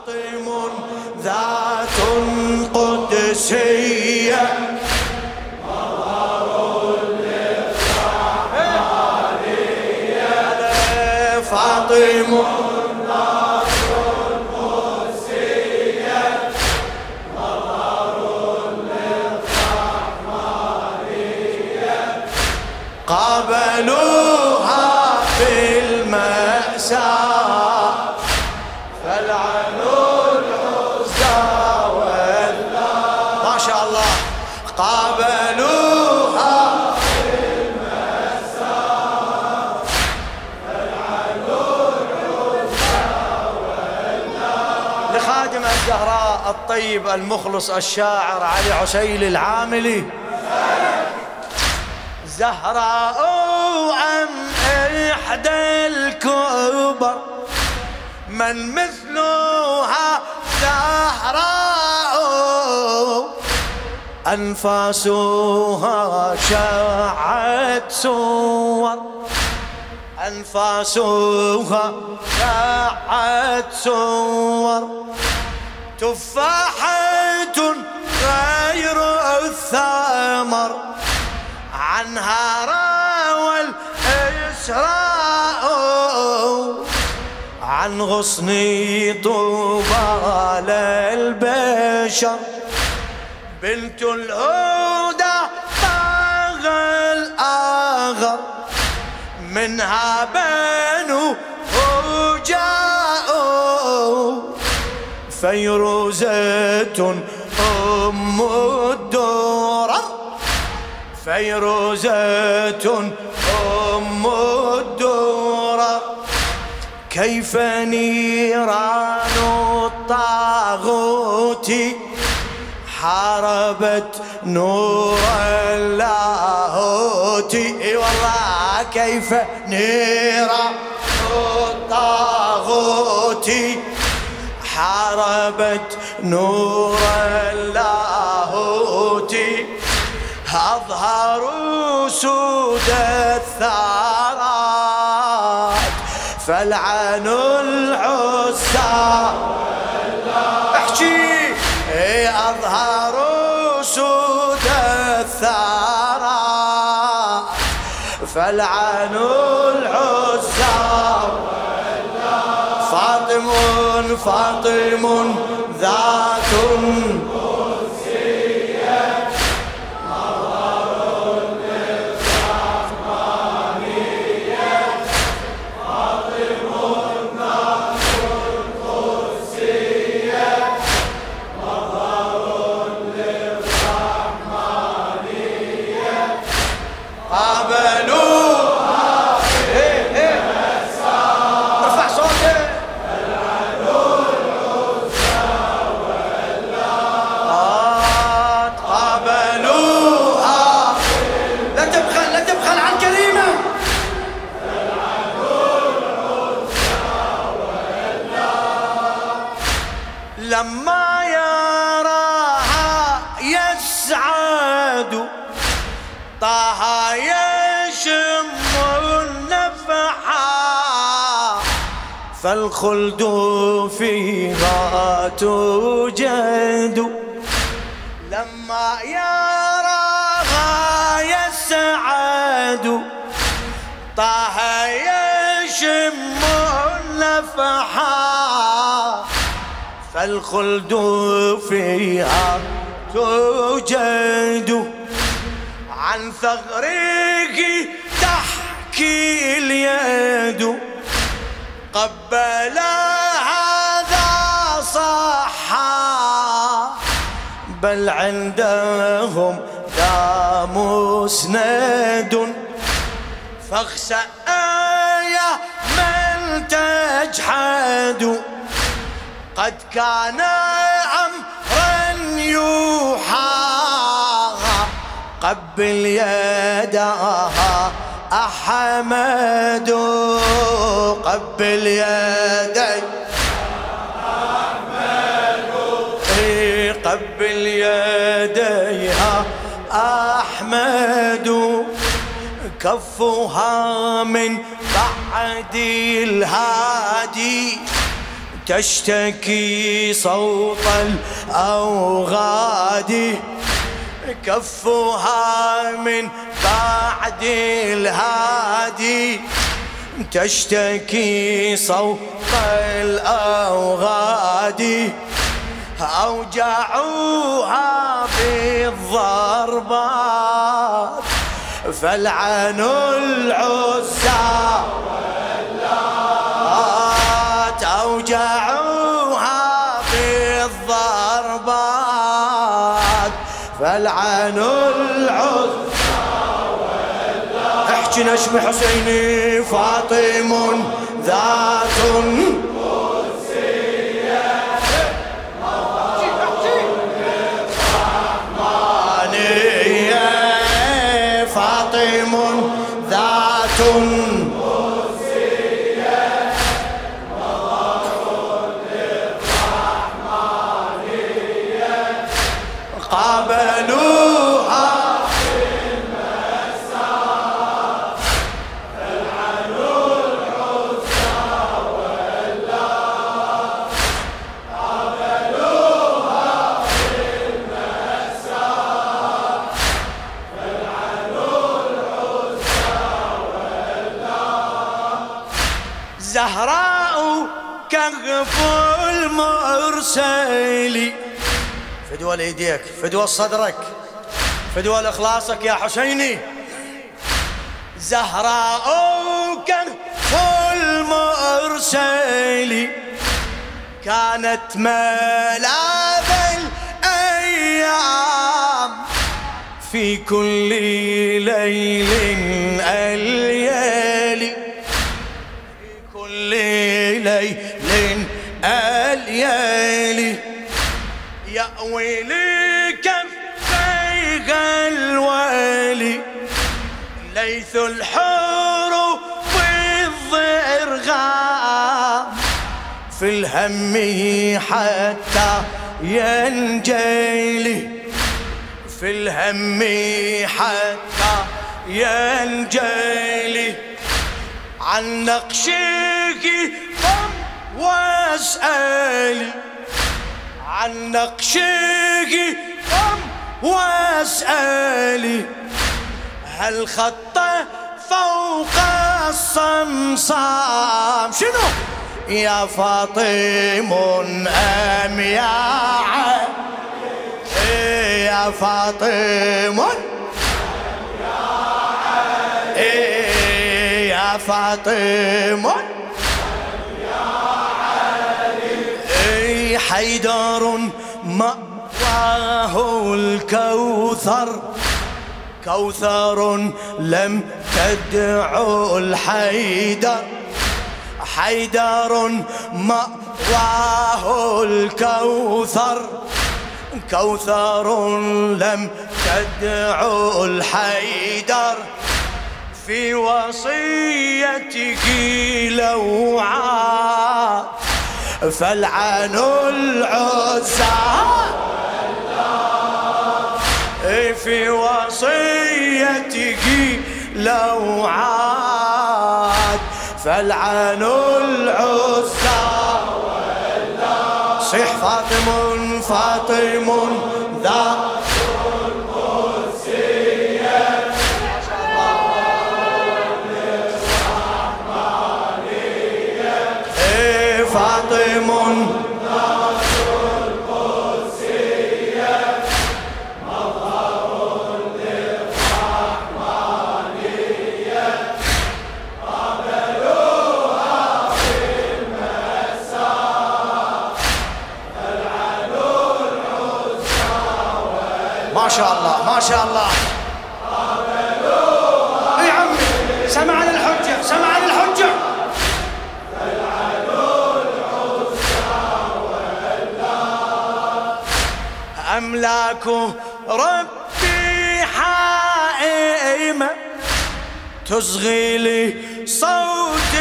فاطم ذات قدسية مظهر للرحمانية فاطم ذات قدسية مظهر للرحمانية قابلوها في المأساة فلعنوا العزى والله ما شاء الله قابلوها في المأساة فلعنوا العزى والله لخادم الزهراء الطيب المخلص الشاعر علي عسيل العاملي زهراء أم إحدى الكبر من مثلها زهراء أنفاسها شاعت صور أنفاسها شاعت صور تفاحة غير الثمر عنها راوى الإسراء عن غصن طوبى للبشر بنت الهدى طاغ الآغر منها بنو جاءوا فيروزة أم الدرر فيروزة أم الدرر كيف نيران الطاغوت حاربت نور اللاهوت اي والله كيف نيران الطاغوت حاربت نور اللاهوت أظهروا سود الثارات فلعنوا العسى احكي أظهروا سود الثارات فلعنوا العسى فاطم فاطم ذات لما يراها يسعد طه يشم النفحة فالخلد فيها توجد لما يراها يسعد طه يشم النفحة فالخلد فيها توجد عن ثغرك تحكي اليد قبل هذا صحا بل عندهم ذا مسند فاخسأ يا من تجحد قد كان أمرا يوحى قبل يدها أحمد قبل يدي أحمد قبل يديها أحمد كفها من بعد الهادي تشتكي صوت الأوغاد، كفها من بعد الهادي. تشتكي صوت الأوغاد، أوجعوها بالضربات، فلعنوا العزى واللات. أوجعوها بالضربات، فلعنوا العزى واللات. احكي نجم حسيني فاطم ذات ذات قدسية مظهر للرحمانية، قابلوها بالمسار، فلعنوا العزى واللات. قابلوها بالمسار، زهراء كهف المرسل. فدوى لإيديك، فدوى صدرك، فدوى لإخلاصك يا حسيني. زهراء كهف المرسل، كانت ملاذ الأيام، في كل ليل الليالي، ليل الليالي. يأوي لكفيها الوالي، ليث الحروب الضرغام، في الهم حتى ينجلي، في الهم حتى ينجلي. عن نقشك قم واسألي، عن نقشك قم واسألي. هل خط فوق الصمصام شنو يا فاطم أم يا علي؟ يا فاطم يا فاطم يا علي. حيدر مأواه الكوثر، كوثر لم تدعو الحيدر. حيدر مأواه الكوثر، كوثر لم تدعو الحيدر. في وصيتك لوعات، فلعنوا العزى. في وصيتك لوعات، فلعنوا العزى. صيح فاطم فاطم ذات فاطم ذات القدسية، مظهر للرحمانية. قابلوها بالمسار، فلعنوا العزى واللات. ما شاء الله ما شاء الله. قابلوها يا عمي، سمعنا الحجة سمعنا الحجة. أملاك ربي حائمة، تصغي لي صوت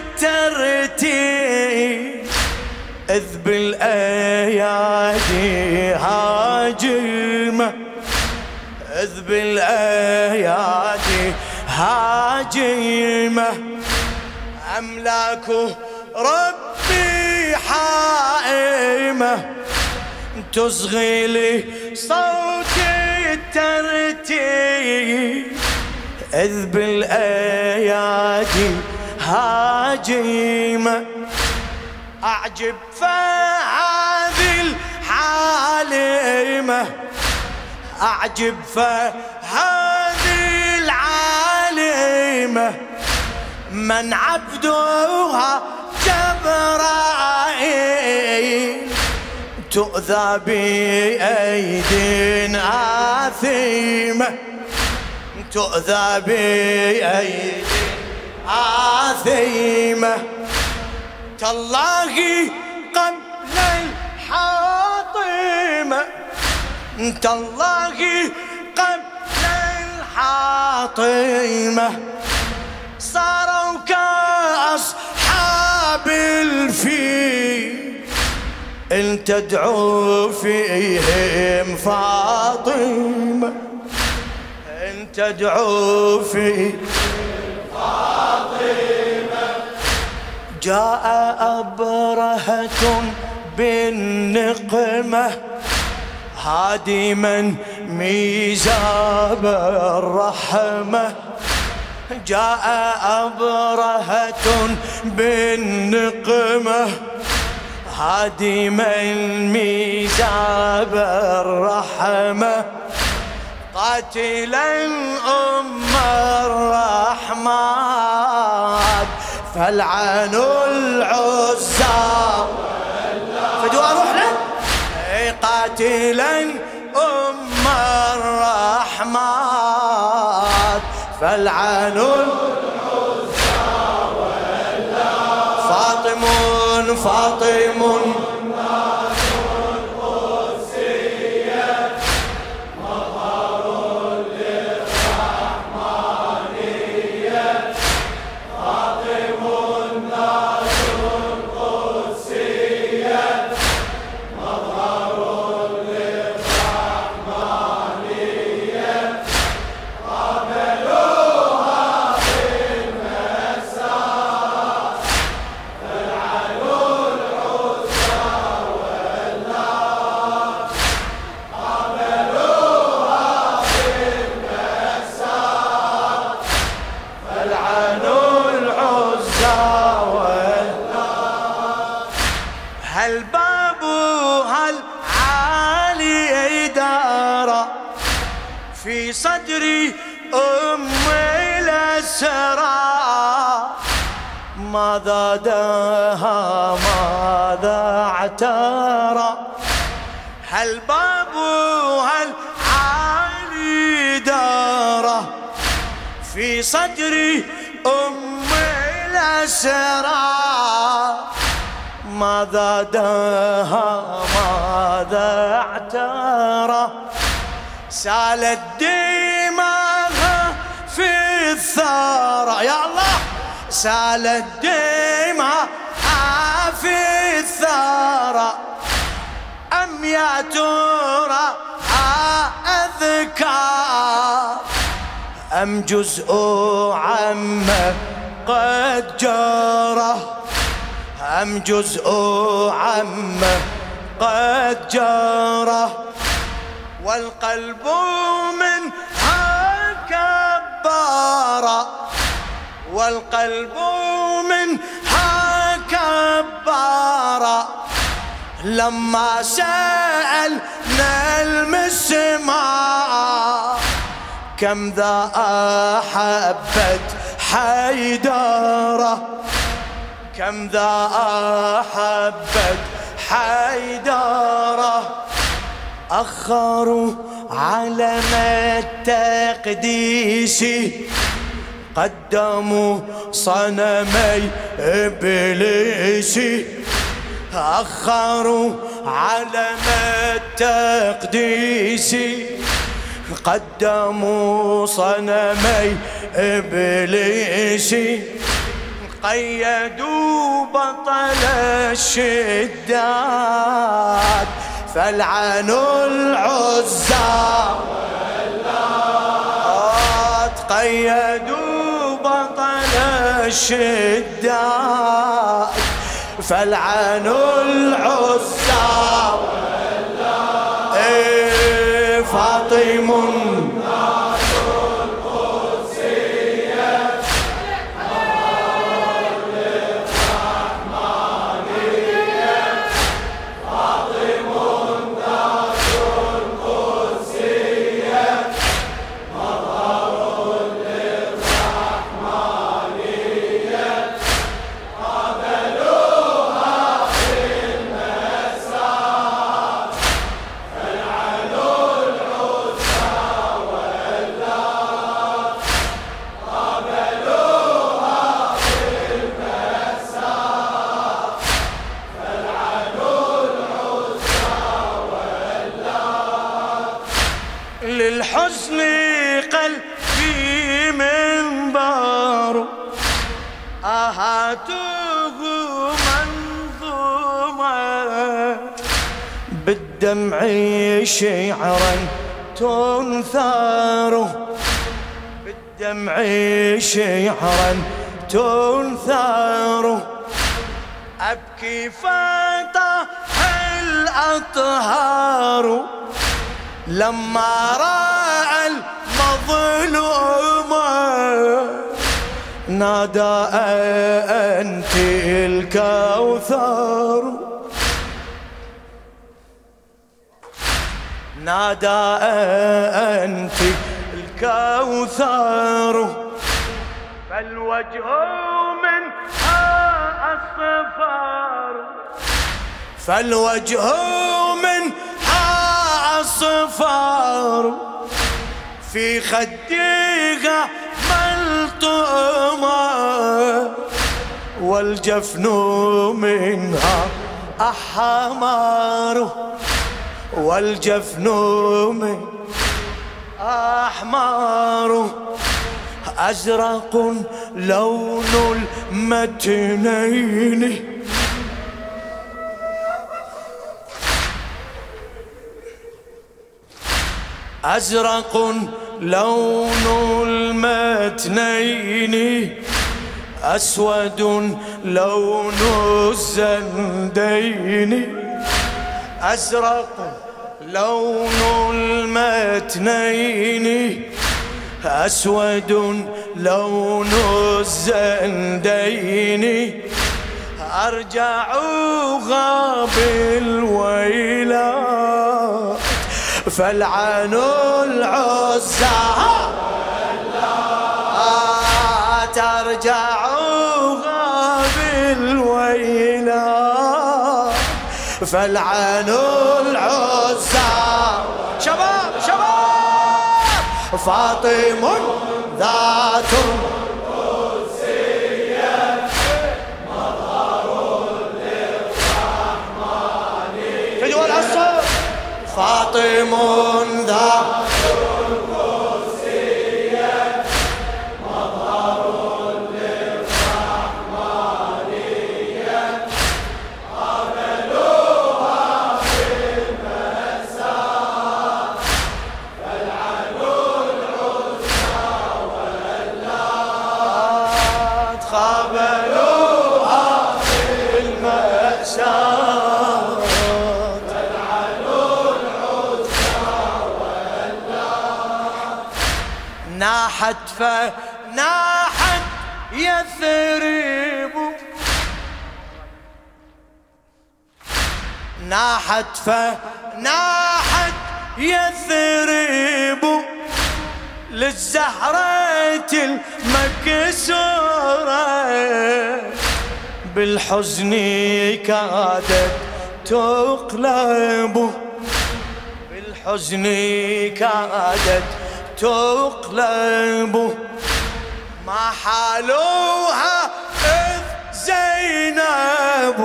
الترتيب، إذ بالأيادي هاجمة، إذ بالأيادي هاجمة. أملاك ربي حائمة تصغي لي صوت الترتيب إذ بالأيادي هاجمة أعجب فهذه الحالمة أعجب فهذه العالمة من عبدها جبرائيل تؤذى بأيد آثمة تؤذى بأيد آثمة تالله قبل الحاطمة تالله قبل الحاطمة صاروا كأصحاب الفيل إن تدعو فيهم فاطمة إن تدعو فيهم فاطمة جاء أبرهة بالنقمة هادما ميزاب الرحمة جاء أبرهة بالنقمة هادما ميزاب الرحمة قاتلا أم الرحمن فلعنوا العزى فدوا أروح له قاتلا أم الرحمن فلعنوا العزى فاطم فاطم في صدري أمي الأسرى ماذا داها ماذا اعترى هل بابها العالي داره في صدري أمي الأسرى ماذا داها ماذا اعترى سالت دماغها في الثرى يا الله سالت دماغها في الثرى أم يا ترى أذكار أم جزء عما قد جرى أم جزء عما قد جرى والقلب منها كبارا والقلب منها كبارا لما سألنا المسمار كم ذا أحبت حيدارة كم ذا أحبت حيدارة أخروا علم التقديس قدموا صنمي إبليس أخروا علم التقديس قدموا صنمي إبليس قيدوا بطل الشداد فلعنوا العزى قيدوا بطل الشداد فالعن العزى فاطم للحزن قلبي منبار آهاته منظومة بالدمع شعرا تنثار بالدمع شعرا تنثار أبكي فطاح الأطهار لما رأى المظلوم نادى أنت الكوثر نادى أنت الكوثر فالوجه منها الصفار فالوجه منها الصفار في خديها ملطمة والجفن منها أحمر والجفن من أحمر أزرق لون المتنين أزرق لون المتنين أسود لون الزندين أزرق لون المتنين أسود لون الزندين أرجعوها بالويلات فالعنوا العزى ترجعوها بالويلات فالعنوا العزى شباب شباب فاطم ذات قدسية مظهر للرحمن في دول الصوت فاطم ذات ناحت فناحت يثرب ناحت فناحت يثرب للزهرة المكسورة بالحزن كادت تقلب بالحزن كادت تقلب ما حالوها إذ زينب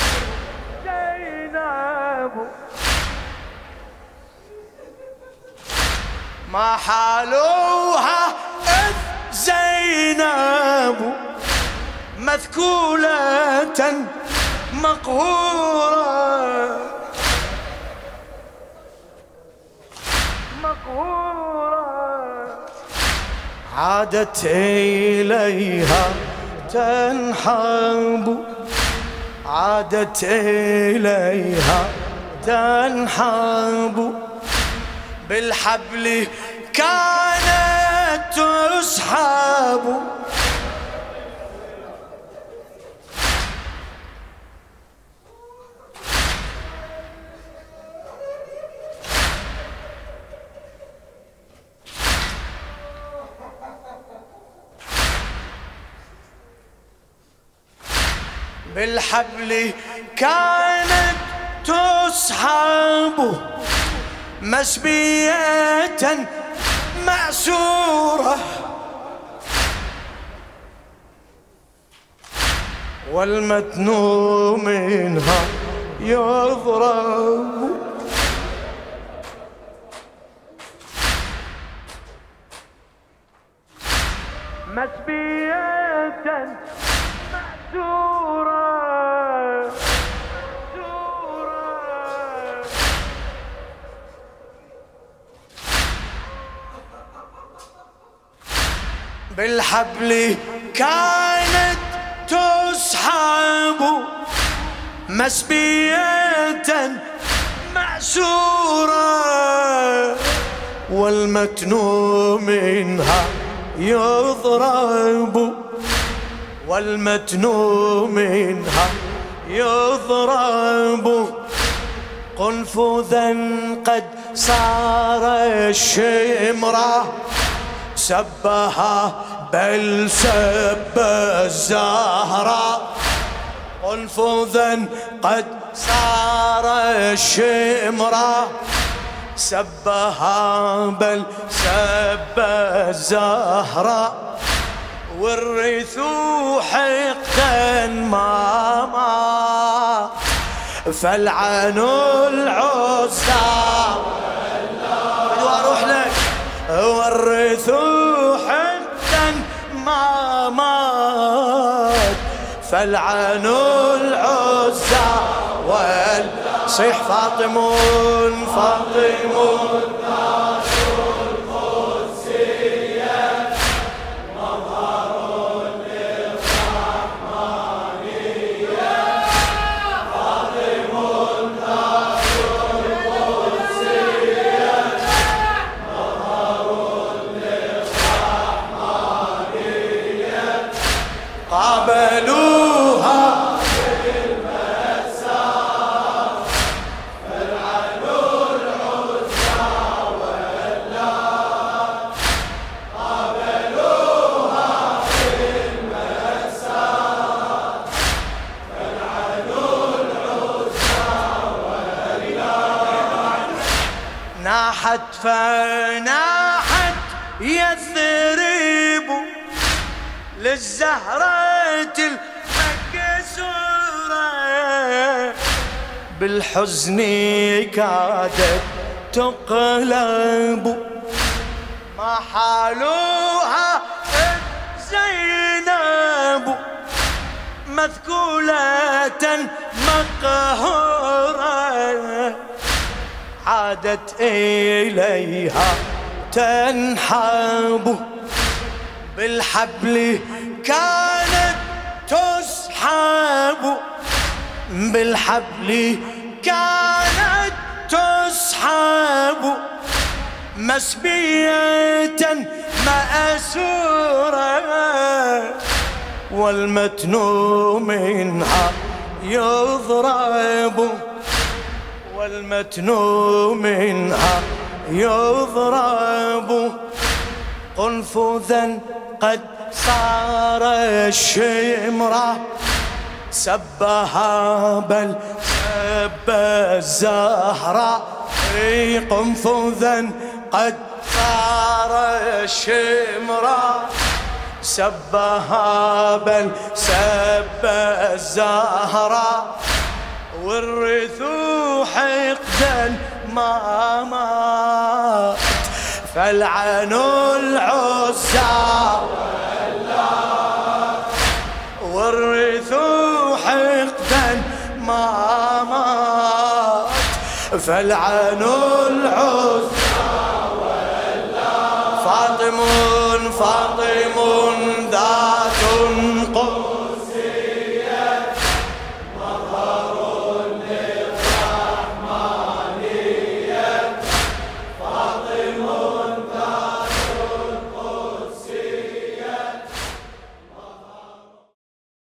ما حالوها إذ زينب مذكولة مقهورة عادت إليها تنحب عادت إليها تنحب بالحبل كانت تسحب بالحبل كانت تسحب مسبية مأسورة والمتن منها يضرب مسبية مأسورة بالحبل كانت تسحب مسبية مأسورة والمتن منها يضرب والمتن منها يضرب قنفذا قد صار الشمرة سبها بل سب الزهرة قنفذا قد صار الشمرة سبها بل سب الزهرة والريث حقدا ماما فالعنوا العزى واروح لك والريث حقدا ماما فالعنوا العزى صيح فاطمون فاطمون قابلوها بالمسار فالعنوا العزى واللات قابلوها بالمسار فالعنوا العزى واللات ناحت فناحت يثرب للزهرة المكسورة بالحزن كادت تقلب ما حالوها زينب مذكولة مقهورة عادت إليها تنحب بالحبل كانت تسحب بالحبل كانت تسحب مسبية مأسورة والمتن منها يضرب والمتن منها يضرب قنفذا قد صار الشمرة سبها بل سب الزهرة قنفذا قد صار الشمرة سبها بل سب الزهرة والرث حقدا ما مات فالعنوا العزى والرث حقدا ما مات فالعنوا العزى فاطم فاطم ذات قوة